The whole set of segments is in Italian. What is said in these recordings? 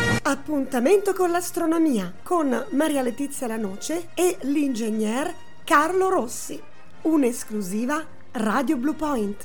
Appuntamento con l'astronomia con Maria Letizia Lanoce e l'ingegner Carlo Rossi. Un'esclusiva Radio Blue Point.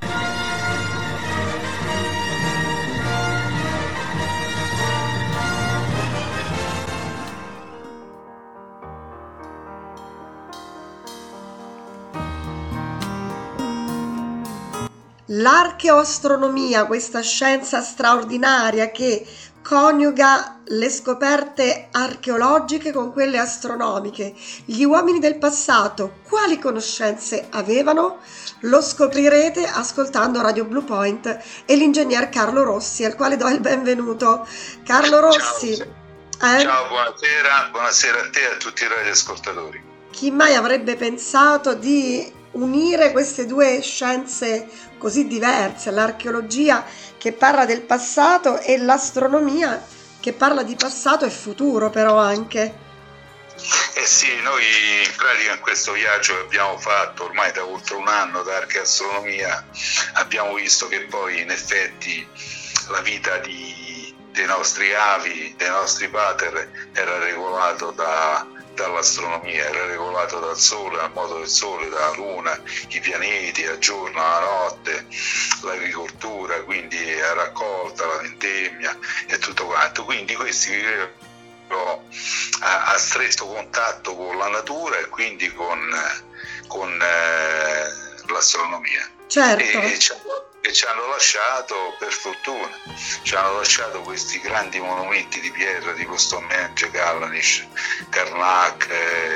L'archeoastronomia, questa scienza straordinaria che coniuga le scoperte archeologiche con quelle astronomiche. Gli uomini del passato quali conoscenze avevano? Lo scoprirete ascoltando Radio Blue Point e l'ingegner Carlo Rossi, al quale do il benvenuto. Carlo Rossi. Ciao, buonasera a te e a tutti i radioascoltatori. Chi mai avrebbe pensato di unire queste due scienze così diverse, l'archeologia che parla del passato e l'astronomia che parla di passato e futuro però anche. Eh sì, noi in pratica in questo viaggio che abbiamo fatto ormai da oltre un anno da archeastronomia abbiamo visto che poi in effetti la vita dei nostri avi, dei nostri pater era regolato dall'astronomia, era regolato dal sole, dal moto del sole, dalla luna, i pianeti, il giorno, la notte, l'agricoltura, quindi la raccolta, la vendemmia e tutto quanto. Quindi questi vivevano a stretto contatto con la natura e quindi con l'astronomia. Certo. E ci hanno lasciato, per fortuna, ci hanno lasciato questi grandi monumenti di pietra tipo Stonehenge, Callanish, Karnak,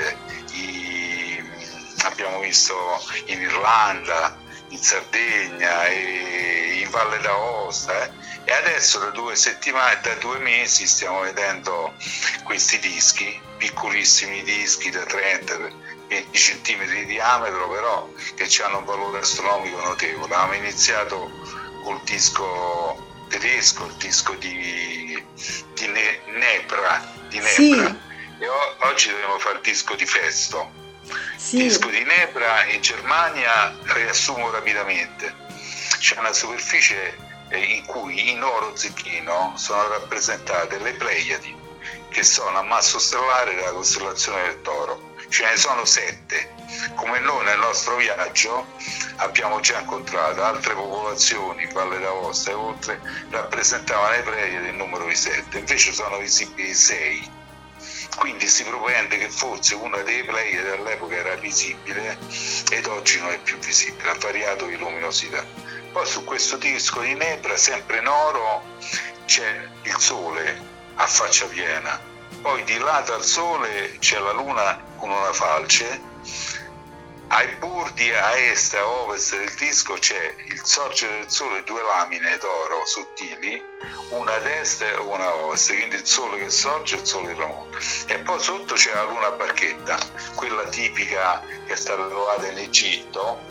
abbiamo visto in Irlanda, in Sardegna e in Valle d'Aosta e adesso da 2 settimane, da 2 mesi stiamo vedendo questi dischi, piccolissimi dischi da 30 20 centimetri di diametro, però che hanno un valore astronomico notevole. Abbiamo iniziato col disco tedesco, il disco di Nebra, sì. E oggi dobbiamo fare il disco di Festo. Sì. Il disco di Nebra in Germania, riassumo rapidamente, c'è una superficie in cui in oro zecchino sono rappresentate le Pleiadi, che sono ammasso stellare della costellazione del Toro. Ce ne sono 7. Come noi nel nostro viaggio abbiamo già incontrato altre popolazioni in Valle d'Aosta e oltre, rappresentavano le Pleiadi il numero di 7, invece sono visibili 6. Quindi si propende che forse una delle Pleiadi all'epoca era visibile ed oggi non è più visibile, ha variato di luminosità. Poi su questo disco di Nebra, sempre in oro, c'è il Sole a faccia piena. Poi di là dal Sole c'è la Luna con una falce, ai bordi a est e a ovest del disco c'è il sorgere del Sole, 2 lamine d'oro sottili, una ad est e una a ovest, quindi il Sole che sorge e il Sole che tramonta. E poi sotto c'è la Luna a barchetta, quella tipica che è stata trovata in Egitto,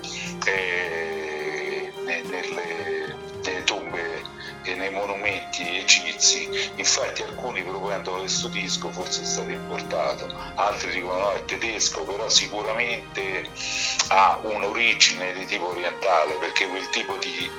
nelle tombe e nei monumenti egizi. Infatti alcuni propongono questo disco forse è stato importato, altri dicono no, è tedesco, però sicuramente ha un'origine di tipo orientale, perché quel tipo di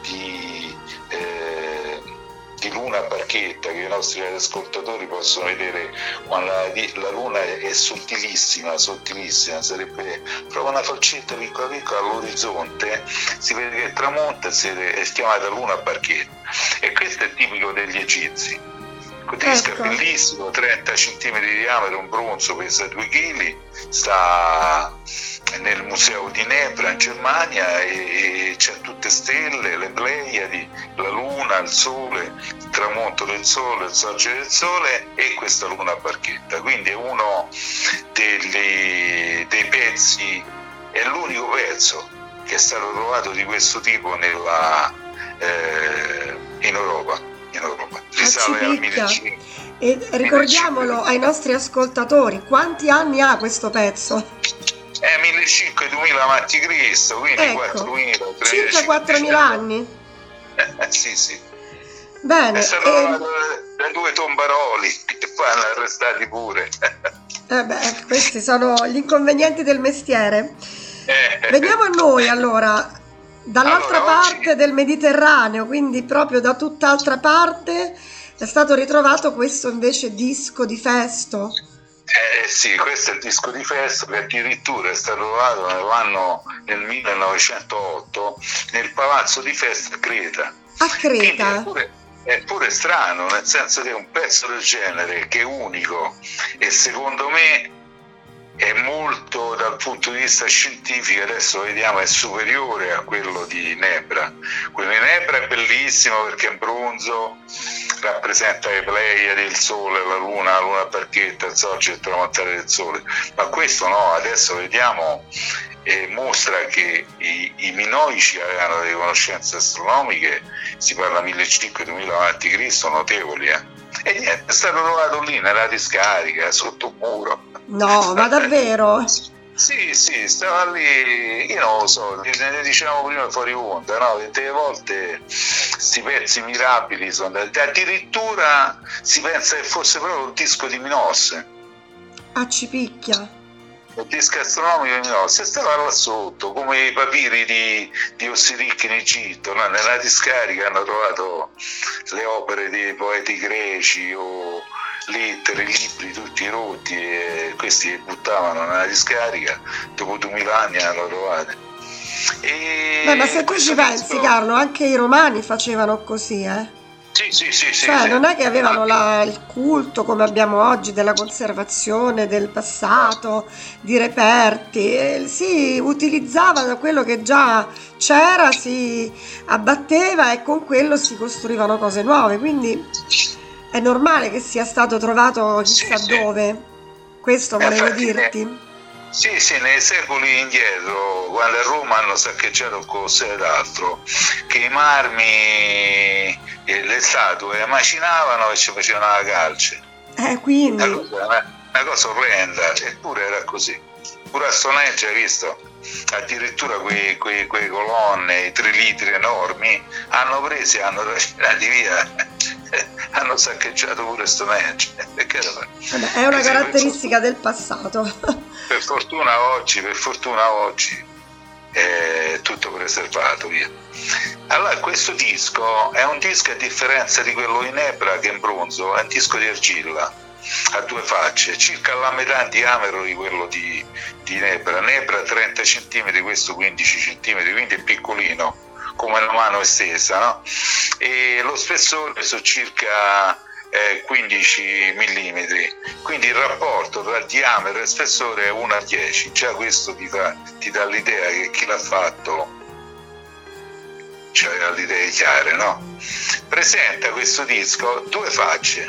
luna a barchetta che i nostri ascoltatori possono vedere quando la luna è sottilissima, sarebbe proprio una falcetta piccola all'orizzonte, si vede che tramonta, è chiamata luna a barchetta, e questo è tipico degli egizi. Il disco è bellissimo, 30 cm di diametro, un bronzo, pesa 2 kg, sta nel museo di Nebra in Germania e c'è tutte stelle, le Pleiadi, la Luna, il Sole, il tramonto del Sole, il sorgere del Sole e questa luna a barchetta. Quindi è uno dei pezzi, è l'unico pezzo che è stato trovato di questo tipo in Europa. Risale al 1500. E ricordiamolo ai nostri ascoltatori, quanti anni ha questo pezzo? 1500-2000 a.C., quindi ecco, 4.000, circa 4.000 anni. Sì. Bene. È stato trovato da 2 tombaroli che poi hanno arrestati pure. Questi sono gli inconvenienti del mestiere. Veniamo a noi allora, dall'altra parte del Mediterraneo, quindi proprio da tutt'altra parte, È stato ritrovato questo invece disco di Festo. Sì, questo è il disco di Festo che addirittura è stato trovato nel 1908 nel palazzo di Festo a Creta. A Creta? Quindi è pure strano, nel senso che un pezzo del genere, che è unico e secondo me è molto, dal punto di vista scientifico, adesso vediamo, è superiore a quello di Nebra. Quello di Nebra è bellissimo perché è in bronzo, rappresenta le Pleiadi, il Sole, la Luna Barchetta, il Sorgere e il tramontare del Sole, ma questo no, adesso vediamo, mostra che i minoici avevano delle conoscenze astronomiche, si parla 1500-2000 a.C., notevoli, e niente, è stato trovato lì nella discarica, sotto un muro. No, ma davvero? Sì, stava lì, io non lo so, ne dicevamo prima fuori onda, no? Delle volte questi pezzi mirabili sono, addirittura si pensa che fosse proprio un disco di Minosse. Ah, ci picchia. Il disco astronomico di Minosse stava là sotto, come i papiri di Ossiris in Egitto, no? Nella discarica hanno trovato le opere dei poeti greci o lettere, libri tutti rotti, e questi li buttavano nella discarica, dopo 2000 anni hanno trovate. Beh, ma se tu ci pensi, Carlo, anche i romani facevano così, Sì. Cioè, non è che avevano il culto come abbiamo oggi della conservazione del passato, di reperti, si utilizzava da quello che già c'era, si abbatteva e con quello si costruivano cose nuove, quindi è normale che sia stato trovato chissà dove. Questo volevo dirti. Sì, nei secoli indietro, quando a Roma hanno saccheggiato il Colosseo ed altro, che i marmi e le statue macinavano e ci facevano la calce. Quindi Una cosa orrenda, eppure era così. Pure a Stonehenge, hai visto? Addirittura quei colonne, i 3 litri enormi, hanno trascinati via, hanno saccheggiato pure Stonehenge. È una caratteristica del passato. Per fortuna oggi è tutto preservato, via. Allora, questo disco è un disco, a differenza di quello in Nebra che è in bronzo, è un disco di argilla, ha 2 facce, circa la metà in diametro di quello di Nebra. Nebra 30 cm, questo 15 cm, quindi è piccolino, come la mano estesa, no? E lo spessore sono circa 15 mm, quindi il rapporto tra diametro e spessore è 1 a 10. Già questo ti dà l'idea che chi l'ha fatto c'aveva le idee chiare, no? Presenta questo disco 2 facce,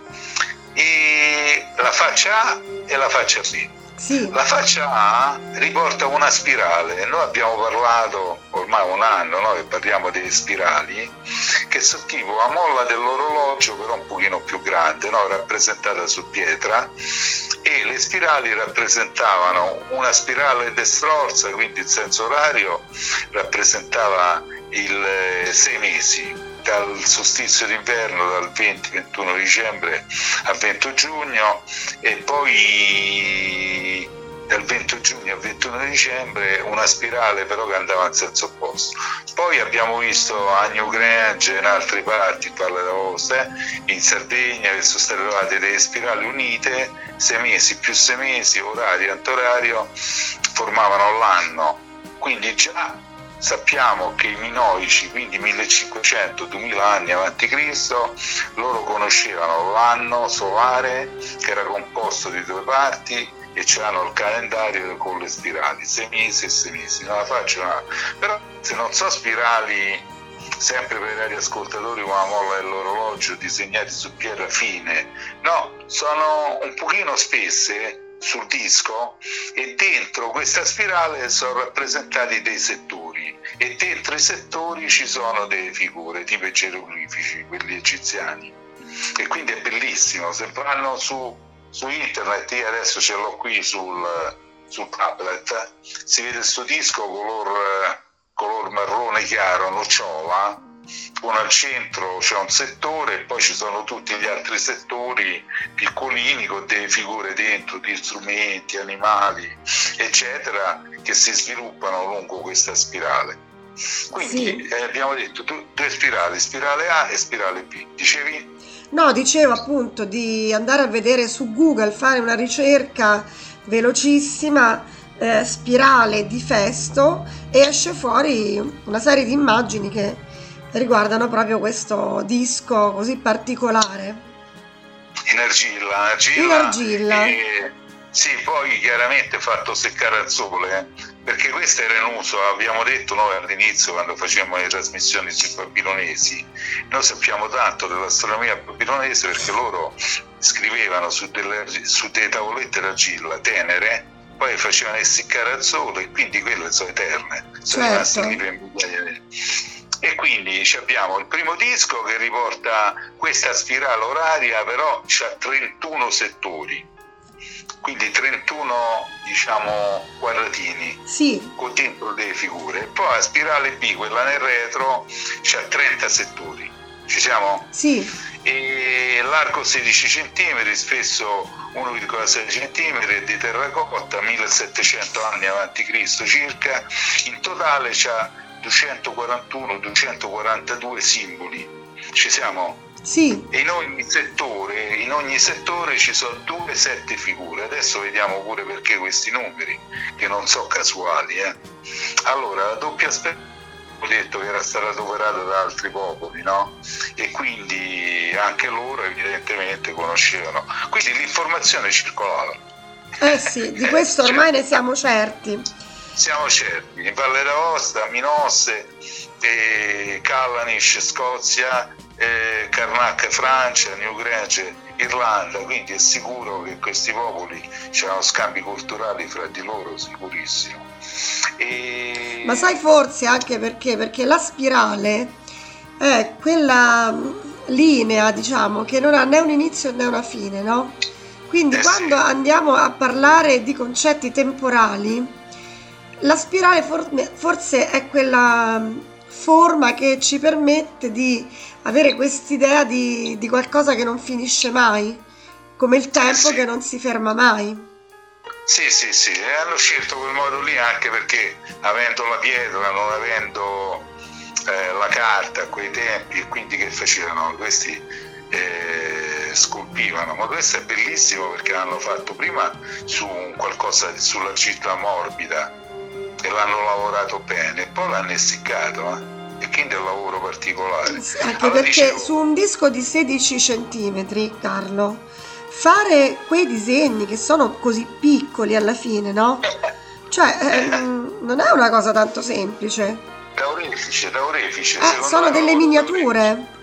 e la faccia A e la faccia B. Sì. La faccia A riporta una spirale. Noi abbiamo parlato ormai un anno, no, che parliamo delle spirali, che sono tipo la molla dell'orologio, però un pochino più grande, no, rappresentata su pietra, e le spirali rappresentavano una spirale destrorsa, quindi in senso orario rappresentava il 6 mesi, dal solstizio d'inverno, dal 20-21 dicembre al 20 giugno, e poi dal 20 giugno al 21 dicembre una spirale però che andava in senso opposto. Poi abbiamo visto a New Grange, in altre parti, in Sardegna, che sono state trovate delle spirali unite, 6 mesi più 6 mesi, orario antorario, formavano l'anno. Quindi già sappiamo che i minoici, quindi 1500-2000 anni avanti Cristo, loro conoscevano l'anno solare, che era composto di 2 parti, e c'hanno il calendario con le spirali, 6 mesi e 6 mesi. Non la faccio, però se non so spirali, sempre per i radioascoltatori, con la molla dell'orologio disegnati su pietra fine, no, sono un pochino spesse sul disco, e dentro questa spirale sono rappresentati dei settori, e dentro i settori ci sono delle figure tipo i geroglifici, quelli egiziani, e quindi è bellissimo. Se vanno su internet, io adesso ce l'ho qui sul tablet, si vede questo disco color marrone chiaro, nocciola, con al centro c'è un settore e poi ci sono tutti gli altri settori piccolini con delle figure dentro di strumenti, animali, eccetera, che si sviluppano lungo questa spirale. Quindi Sì. abbiamo detto due spirali, spirale A e spirale B. Dicevi? No, dicevo appunto di andare a vedere su Google, fare una ricerca velocissima, spirale di Festo, e esce fuori una serie di immagini che riguardano proprio questo disco così particolare. In Argilla argilla. e sì, poi chiaramente fatto seccare al sole, perché questo era in uso, abbiamo detto noi all'inizio quando facevamo le trasmissioni sui babilonesi, noi sappiamo tanto dell'astronomia babilonese perché loro scrivevano su delle tavolette d'argilla tenere, poi facevano essiccare al sole e quindi quelle sono eterne, sono rimaste lì Certo. per migliaia di anni. E quindi abbiamo il primo disco che riporta questa spirale oraria, però c'ha 31 settori, quindi 31 diciamo quadratini Sì, con dentro delle figure. Poi la spirale B, quella nel retro, c'ha 30 settori. Ci siamo? sì, E l'arco 16 cm, spesso 1,6 cm, è di terracotta, 1700 anni avanti Cristo circa. In totale c'ha 241-242 simboli. Ci siamo? sì. E in ogni settore ci sono 2-7 figure. Adesso vediamo pure perché questi numeri, che non sono casuali. Allora, la doppia specie ho detto che era stata adoperata da altri popoli, no? E quindi anche loro evidentemente conoscevano. Quindi l'informazione circolava. Eh sì, di questo Cioè, ormai ne siamo certi. siamo certi, in Valle d'Aosta, Minosse, Callanish, Scozia, Karnak, Francia, Newgrange, Irlanda, quindi è sicuro che questi popoli c'erano scambi culturali fra di loro, sicurissimo. Ma sai E... forse anche perché? Perché la spirale è quella linea, diciamo, che non ha né un inizio né una fine, no? Quindi quando sì, andiamo a parlare di concetti temporali, la spirale forse è quella forma che ci permette di avere quest'idea di qualcosa che non finisce mai, come il tempo che sì. non si ferma mai. Sì, e hanno scelto quel modo lì anche perché avendo la pietra, non avendo la carta a quei tempi, e quindi che facevano? Questi scolpivano, ma questo è bellissimo perché l'hanno fatto prima su qualcosa sull'argilla morbida e l'hanno lavorato bene, poi l'hanno essiccato, e quindi è un lavoro particolare. Sì, anche Allora perché dicevo, su un disco di 16 centimetri, Carlo, fare quei disegni che sono così piccoli alla fine, no? Cioè, non è una cosa tanto semplice. da orefice, secondo me Sono è un delle lavoro da orefice. miniature.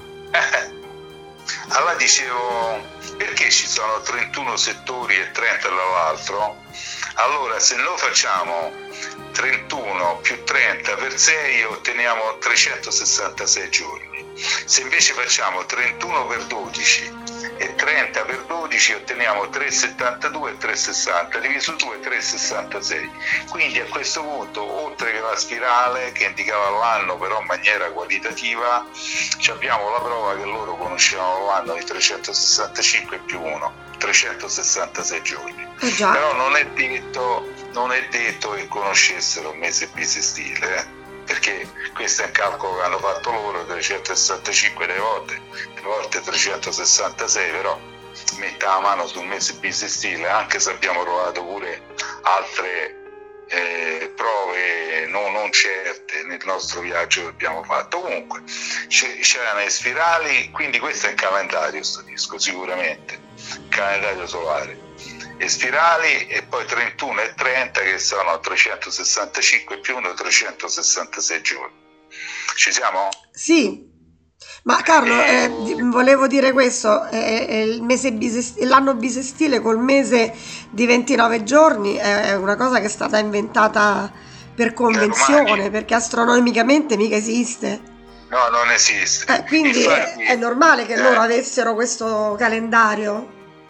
Allora dicevo, perché ci sono 31 settori e 30 dall'altro? Allora, se noi facciamo 31 più 30 per 6 otteniamo 366 giorni. Se invece facciamo 31 per 12 e 30 per 12 otteniamo 372 e 360, diviso 2 366. Quindi a questo punto, oltre che la spirale che indicava l'anno però in maniera qualitativa, abbiamo la prova che loro conoscevano l'anno di 365 più 1, 366 giorni. Eh già, Però non è detto che conoscessero il mese bisestile, perché questo è un calcolo che hanno fatto loro, 365 delle volte 366, però mette la mano sul mese bisestile, anche se abbiamo trovato pure altre prove non certe nel nostro viaggio che abbiamo fatto. Comunque c'erano le spirali, quindi questo è il calendario, sto disco sicuramente, il calendario solare, e spirali, e poi 31 e 30 che sono 365 più 1, 366 giorni. Ci siamo? sì. Ma Carlo, E... volevo dire questo, il mese l'anno bisestile col mese di 29 giorni è una cosa che è stata inventata per Da romani? convenzione, perché astronomicamente mica esiste. No, non esiste. Quindi è Infatti, normale che loro avessero questo calendario.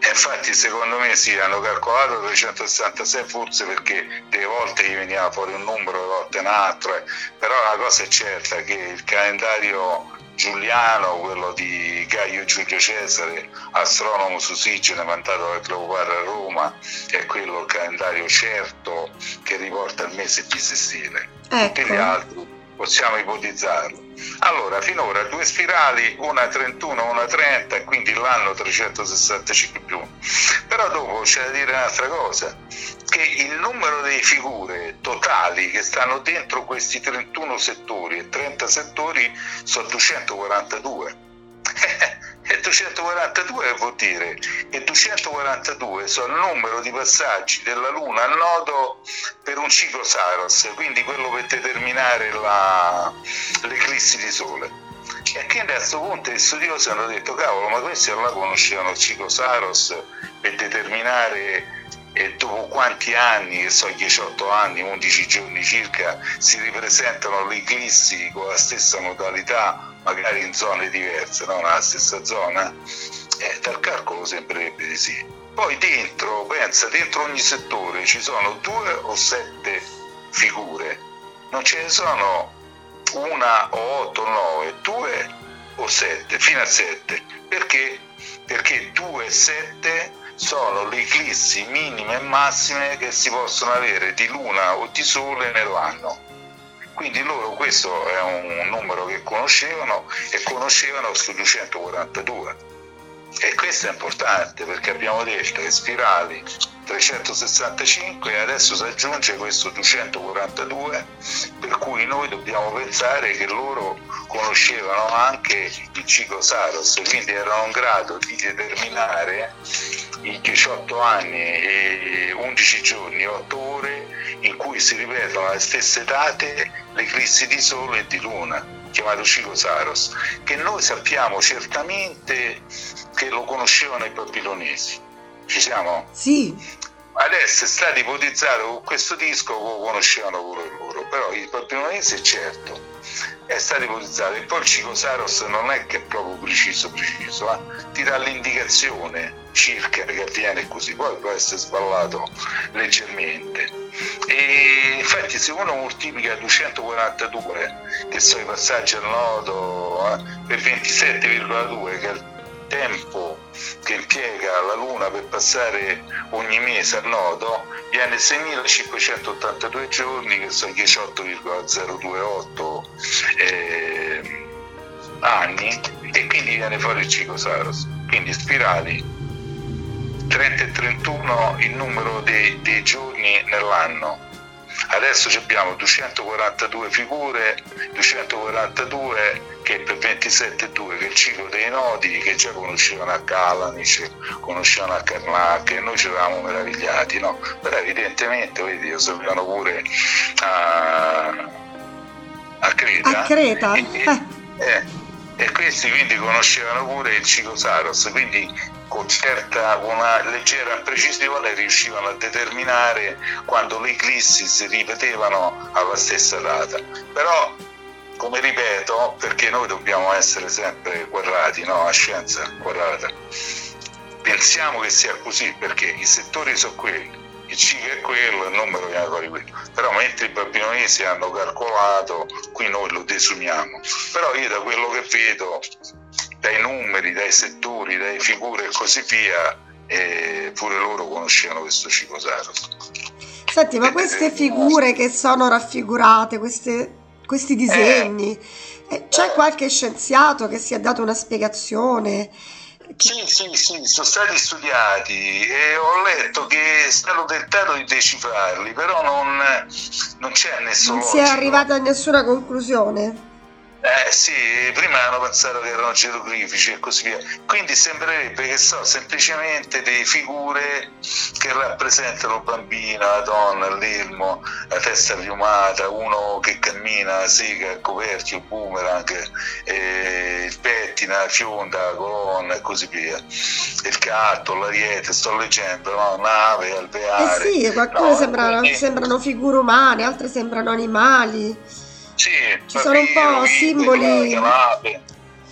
Infatti secondo me sì, hanno calcolato 366 forse perché delle volte gli veniva fuori un numero, delle volte un altro, però una cosa è certa, che il calendario giuliano, quello di Gaio Giulio Cesare, astronomo susigene mandato da Cleopatra a Roma, è quello il calendario certo che riporta il mese bisestile. Tutti gli altri possiamo ipotizzarlo. Allora, finora 2 spirali, una 31, una 30, e quindi l'anno 365 più. Però dopo c'è da dire un'altra cosa, che il numero delle figure totali che stanno dentro questi 31 settori e 30 settori sono 242. E 242 vuol dire che 242 sono il numero di passaggi della Luna al nodo per un ciclo Saros, quindi quello per determinare l'eclissi di Sole. E quindi a questo punto gli studiosi hanno detto: cavolo, ma questi allora conoscevano il ciclo Saros per determinare dopo quanti anni, che so, 18 anni, 11 giorni circa, si ripresentano le eclissi con la stessa modalità, magari in zone diverse, no? Nella stessa zona, dal calcolo sembrerebbe di sì. Poi dentro, pensa, dentro ogni settore ci sono 2 o 7 figure, non ce ne sono 1 o 8 o 9, 2 o 7, fino a 7. Perché? Perché 2 e 7 sono le eclissi minime e massime che si possono avere di Luna o di Sole nell'anno. Quindi loro questo è un numero che conoscevano, e conoscevano su 242. E questo è importante perché abbiamo detto che spirali 365 e adesso si aggiunge questo 242, per cui noi dobbiamo pensare che loro conoscevano anche il ciclo Saros, quindi erano in grado di determinare i 18 anni e 11 giorni, 8 ore in cui si ripetono alle stesse date le eclissi di Sole e di Luna, chiamato ciclo Saros, che noi sappiamo certamente che lo conoscevano i babilonesi. Ci siamo? Sì. Adesso è stato ipotizzato con questo disco che lo conoscevano pure loro, però i babilonesi certo è stato ipotizzato. E poi il ciclo Saros non è che è proprio preciso, ti dà l'indicazione circa che avviene così, poi può essere sballato leggermente. E infatti se uno moltiplica 242, che sono i passaggi al nodo, per 27,2, che è il tempo che impiega la Luna per passare ogni mese al nodo, viene 6.582 giorni, che sono 18,028 anni, e quindi viene fuori il ciclo Saros. Quindi spirali 30 e 31 il numero dei giorni nell'anno. Adesso abbiamo 242 figure, 242 che per 27,2 che è il ciclo dei nodi, che già conoscevano a Calanice, conoscevano a Karnak, e noi ci eravamo meravigliati, no? Però evidentemente, vedi, lo sapevano pure a Creta. A Creta. E questi quindi conoscevano pure il ciclo Saros, quindi con una leggera precisione riuscivano a determinare quando le eclissi si ripetevano alla stessa data. Però, come ripeto, perché noi dobbiamo essere sempre quadrati, no? La scienza quadrata. Pensiamo che sia così perché i settori sono quelli, il ciclo è quello, il numero viene fuori quello. Però mentre i babilonesi hanno calcolato, qui noi lo desumiamo. Però io da quello che vedo, dai numeri, dai settori, dalle figure e così via, pure loro conoscevano questo ciclo Saros. Senti, ma queste figure che sono raffigurate, questi disegni, c'è qualche scienziato che si è dato una spiegazione? Sì, sono stati studiati e ho letto che è stato tentato di decifrarli, però non c'è nessuno. Non si è arrivata a nessuna conclusione. Sì, prima hanno pensato che erano geroglifici e così via, quindi sembrerebbe che sono semplicemente delle figure che rappresentano il bambino, la donna, l'elmo, la testa riumata, uno che cammina, la sega, il coperchio, il boomerang, il pettine, la fionda, la colonna e così via, il gatto, l'ariete, sto leggendo, no? Nave, alveare. Sì, alcune sembrano figure umane, altre sembrano animali. Sì, ci sono un po' simboli.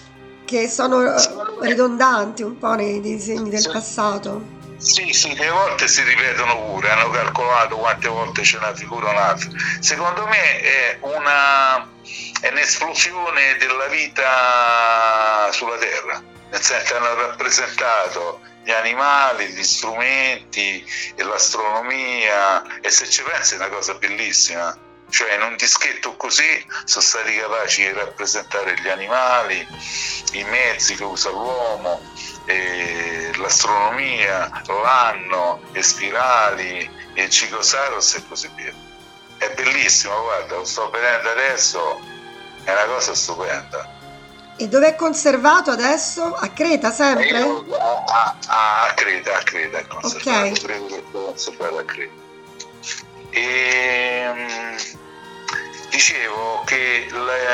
che sono ridondanti un po' nei disegni del passato. Sì, delle volte si ripetono pure, hanno calcolato quante volte c'è una figura o un'altra. Secondo me è un'esplosione della vita sulla Terra, nel senso che hanno rappresentato gli animali, gli strumenti e l'astronomia, e se ci pensi è una cosa bellissima. Cioè in un dischetto così sono stati capaci di rappresentare gli animali, i mezzi che usa l'uomo, l'astronomia, l'anno, le spirali, il Ciclosaurus e così via. È bellissimo, guarda, lo sto vedendo adesso, è una cosa stupenda. E dove è conservato adesso? A Creta sempre? A Creta è conservato, Ok. credo che sia conservato a Creta. Dicevo che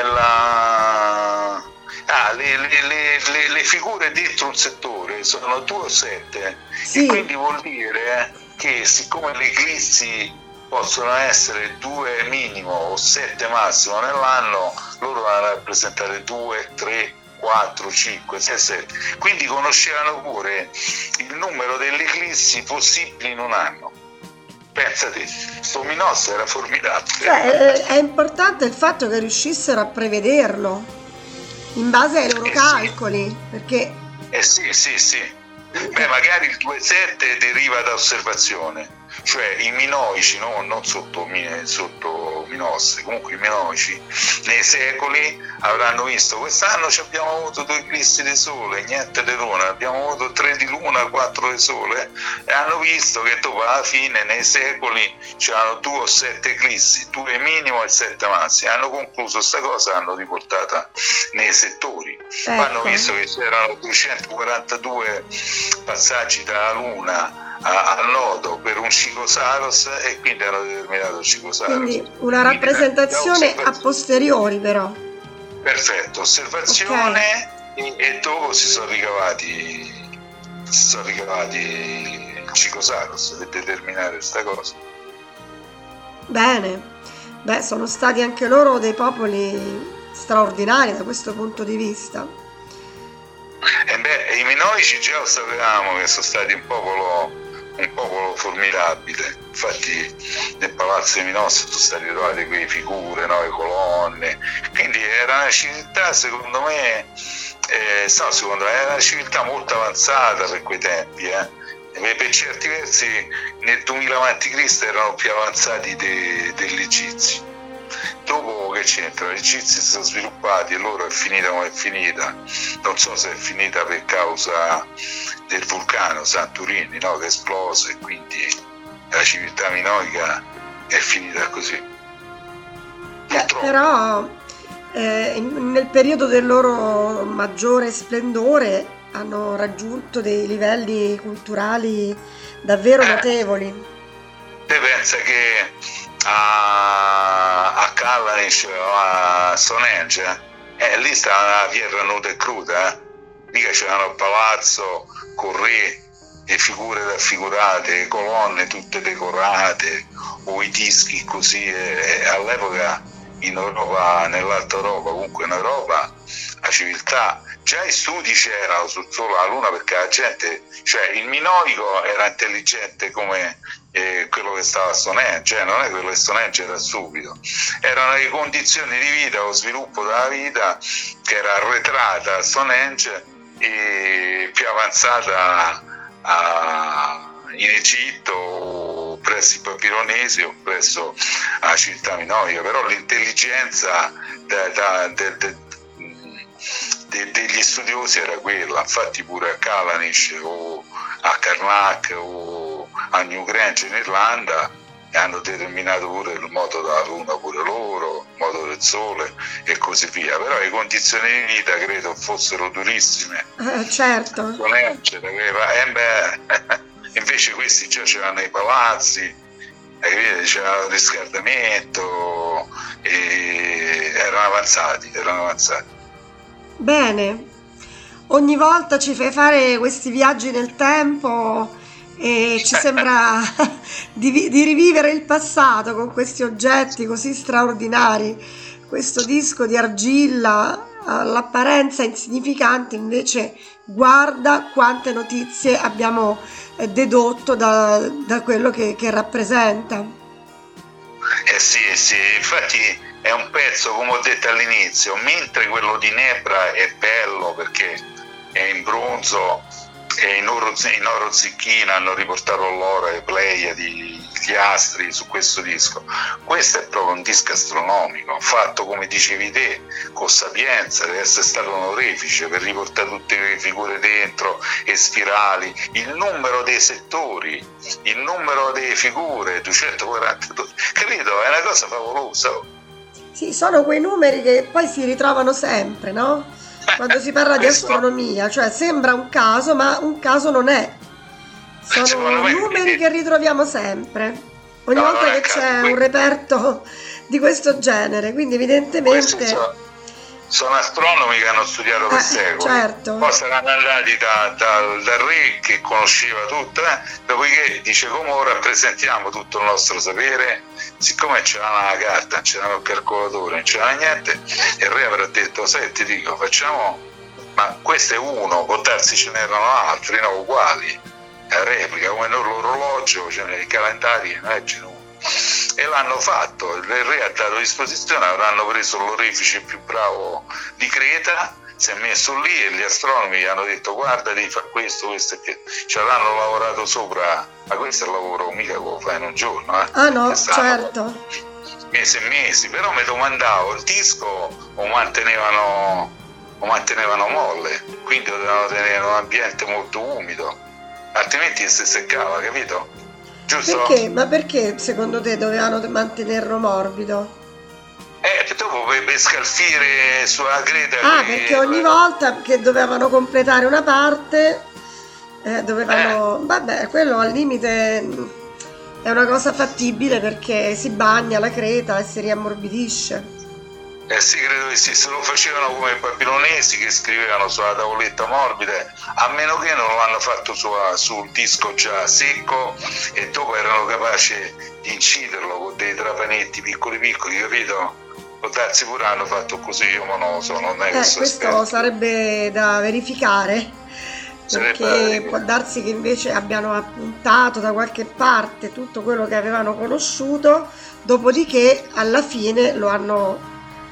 le figure dentro un settore sono 2 o 7, Sì. e quindi vuol dire che siccome le eclissi possono essere 2 minimo o 7 massimo nell'anno, loro vanno a rappresentare 2, 3, 4, 5, 6, 7. Quindi conoscevano pure il numero delle eclissi possibili in un anno. Pensate, sto Minos era formidabile. Cioè, è importante il fatto che riuscissero a prevederlo in base ai loro calcoli, perché Sì. Beh, magari il 2,7 deriva da osservazione, cioè i minoici, no? Non sotto Minos, comunque i minoici nei secoli avranno visto: quest'anno ci abbiamo avuto 2 eclissi di sole, niente di luna, abbiamo avuto 3 di luna, 4 di sole, e hanno visto che dopo alla fine nei secoli c'erano 2 o 7 eclissi, 2 minimo e 7 massimi. Hanno concluso questa cosa, hanno riportata nei settori. Hanno visto che c'erano 242 passaggi dalla luna al nodo per un Ciclosaurus, e quindi hanno determinato il Ciclosaurus. quindi una rappresentazione a posteriori, però. Perfetto, osservazione, e dopo si sono ricavati il Ciclosaurus per determinare questa cosa. Bene. Beh, sono stati anche loro dei popoli straordinari da questo punto di vista. I minoici già lo sapevamo che sono stati un popolo formidabile. Infatti nel palazzo di Minos sono state trovate quelle figure, no? Le colonne. Quindi era una civiltà, secondo me era una civiltà molto avanzata per quei tempi. Per certi versi nel 2000 a.C. erano più avanzati degli egizi. Dopo che c'entra? Gli egizi si sono sviluppati e loro è finita come è finita. Non so se è finita per causa del vulcano Santorini, no? Che esplose, e quindi la civiltà minoica è finita così. Però nel periodo del loro maggiore splendore hanno raggiunto dei livelli culturali davvero notevoli. Te pensa che a Callanish o a Stonehenge lì stava una pietra nuda e cruda, mica c'erano il palazzo con re e figure raffigurate, colonne tutte decorate o i dischi così, all'epoca in Europa, nell'Alta Europa, comunque in Europa la civiltà, già i studi c'erano sul sole e la luna, perché la gente, cioè il minoico era intelligente come quello che stava a Stonehenge, non è quello che Stonehenge era stupido, erano le condizioni di vita, lo sviluppo della vita che era arretrata a Stonehenge e più avanzata in Egitto, presso i babilonesi o presso la civiltà minoica. Però l'intelligenza degli studiosi era quella, infatti pure a Callanish o a Karnak o a Newgrange in Irlanda hanno determinato pure il moto della luna, pure loro, il moto del sole e così via. Però le condizioni di vita credo fossero durissime. Certo. Invece questi già c'erano i palazzi, c'era il riscaldamento, e erano avanzati. Bene, ogni volta ci fai fare questi viaggi nel tempo e ci sembra di rivivere il passato con questi oggetti così straordinari. Questo disco di argilla all'apparenza insignificante, invece guarda quante notizie abbiamo dedotto da quello che rappresenta. Sì, infatti è un pezzo, come ho detto all'inizio, mentre quello di Nebra è bello perché è in bronzo e in oro zecchino hanno riportato l'oro, le Pleiadi, gli astri su questo disco. Questo è proprio un disco astronomico, fatto come dicevi te, con sapienza, deve essere stato un orefice per riportare tutte le figure dentro e spirali, il numero dei settori, il numero delle figure, 242, capito? È una cosa favolosa. Sì, sono quei numeri che poi si ritrovano sempre, no? Quando si parla di astronomia, cioè sembra un caso, ma un caso non è. Sono numeri che ritroviamo sempre, ogni volta che c'è un reperto di questo genere, quindi evidentemente... Sono astronomi che hanno studiato per secoli, certo. Poi saranno andati dal re che conosceva tutto, dopodiché dice come ora rappresentiamo tutto il nostro sapere, siccome c'era una carta, non c'era un calcolatore, non c'era niente, e il re avrà detto, sai ti dico, facciamo, ma questo è uno, può darsi ce n'erano altri, no, uguali, a replica, come l'orologio, cioè nei calendari, non è genuino. E l'hanno fatto, il re ha dato disposizione, avranno preso l'orefice più bravo di Creta, si è messo lì e gli astronomi hanno detto guarda devi fare questo e che ci avranno lavorato sopra, ma questo è il lavoro mica lo fai in un giorno, Ah no, certo, mesi e mesi, però mi domandavo, il disco lo mantenevano molle, quindi dovevano tenere un ambiente molto umido, altrimenti si seccava, capito? Giusto? Perché? Ma perché secondo te dovevano mantenerlo morbido? Dopo per scalfire sulla Creta. Perché ogni volta che dovevano completare una parte, dovevano... Vabbè, quello al limite è una cosa fattibile perché si bagna la creta e si riammorbidisce. Sì, credo di sì, se lo facevano come i babilonesi che scrivevano sulla tavoletta morbida, a meno che non l'hanno fatto sul disco già secco e dopo erano capaci di inciderlo con dei trapanetti piccoli, capito? Può darsi pure hanno fatto così, io non lo so, non è questo esperto. Sarebbe da verificare, perché può darsi che invece abbiano appuntato da qualche parte tutto quello che avevano conosciuto, dopodiché alla fine lo hanno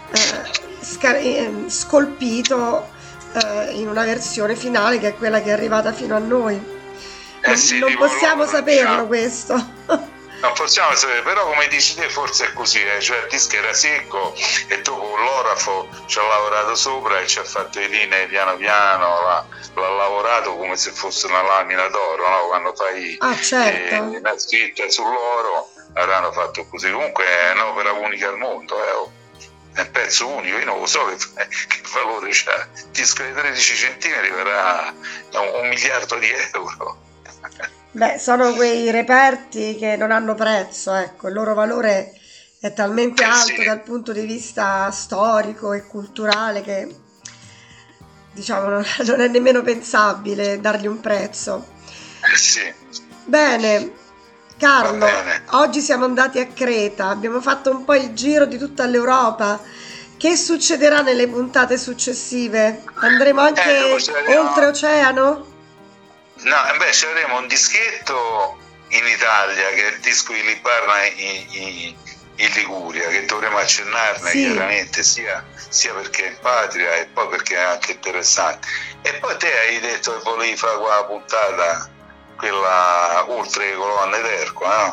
scolpito in una versione finale che è quella che è arrivata fino a noi. Non possiamo saperlo questo. Non possiamo sapere, però come dici te forse è così, cioè il disco era secco e dopo l'orafo ci ha lavorato sopra e ci ha fatto le linee piano piano, l'ha lavorato come se fosse una lamina d'oro, no? Quando fai una scritta sull'oro avranno fatto così, comunque è un'opera unica al mondo, è un pezzo unico, io non lo so che valore c'ha, il disco di 13 centimetri varrà 1 miliardo di euro. Beh, sono quei reperti che non hanno prezzo, ecco, il loro valore è talmente alto dal punto di vista storico e culturale che diciamo non è nemmeno pensabile dargli un prezzo. Sì. Bene, Carlo, oggi siamo andati a Creta, abbiamo fatto un po' il giro di tutta l'Europa. Che succederà nelle puntate successive? Andremo anche oltreoceano? No, ci avremo un dischetto in Italia che è il disco di Libarna in Liguria, che dovremo accennarne chiaramente sia perché è in patria e poi perché è anche interessante. E poi te hai detto che volevi fare quella puntata, quella oltre le colonne d'Erco, no?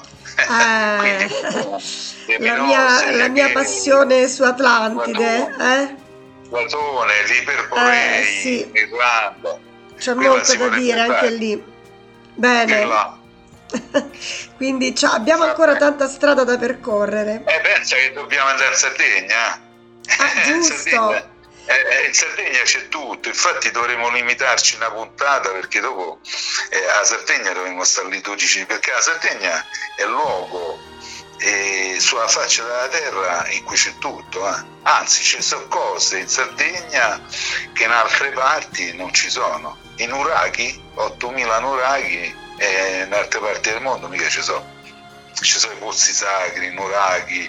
La mia passione su Atlantide, Platone, l'Iperborei, Irlanda. C'è molto da dire anche lì. Bene. Quindi abbiamo ancora tanta strada da percorrere. Pensa che dobbiamo andare in Sardegna. Giusto. In Sardegna c'è tutto, infatti dovremo limitarci una puntata perché dopo a Sardegna dovremo stare lì 12, perché la Sardegna è il luogo sulla faccia della terra in cui c'è tutto, anzi ci sono cose in Sardegna che in altre parti non ci sono. I nuraghi, 8.000 nuraghi in altre parti del mondo mica ci sono. ci sono i pozzi sacri, nuraghi,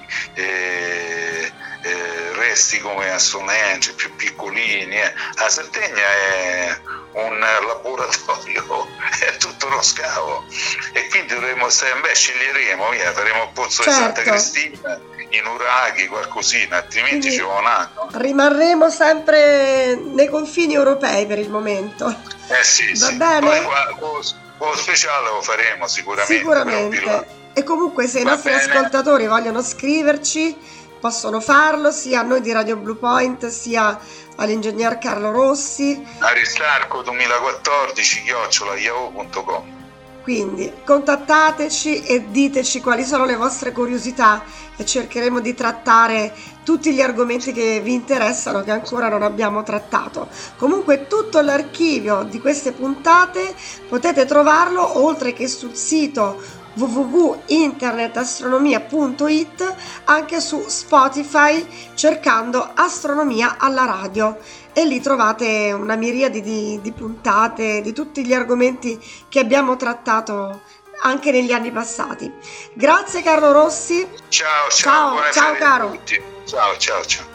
resti come a Stonehenge più piccolini. La Sardegna è un laboratorio, è tutto uno scavo, e quindi dovremmo stare, sceglieremo, faremo il pozzo di Santa Cristina, i nuraghi, qualcosina, altrimenti quindi ci va un anno. Rimarremo sempre nei confini europei per il momento. Sì, va bene? Poi con speciale lo faremo sicuramente. E comunque se i nostri ascoltatori vogliono scriverci, possono farlo sia a noi di Radio Blue Point sia all'ingegner Carlo Rossi. aristarco2014@yahoo.com. Quindi contattateci e diteci quali sono le vostre curiosità e cercheremo di trattare tutti gli argomenti che vi interessano, che ancora non abbiamo trattato. Comunque tutto l'archivio di queste puntate potete trovarlo oltre che sul sito www.internetastronomia.it, anche su Spotify cercando Astronomia alla radio, e lì trovate una miriade di puntate di tutti gli argomenti che abbiamo trattato anche negli anni passati. Grazie Carlo Rossi. Ciao caro. Ciao. Ciao.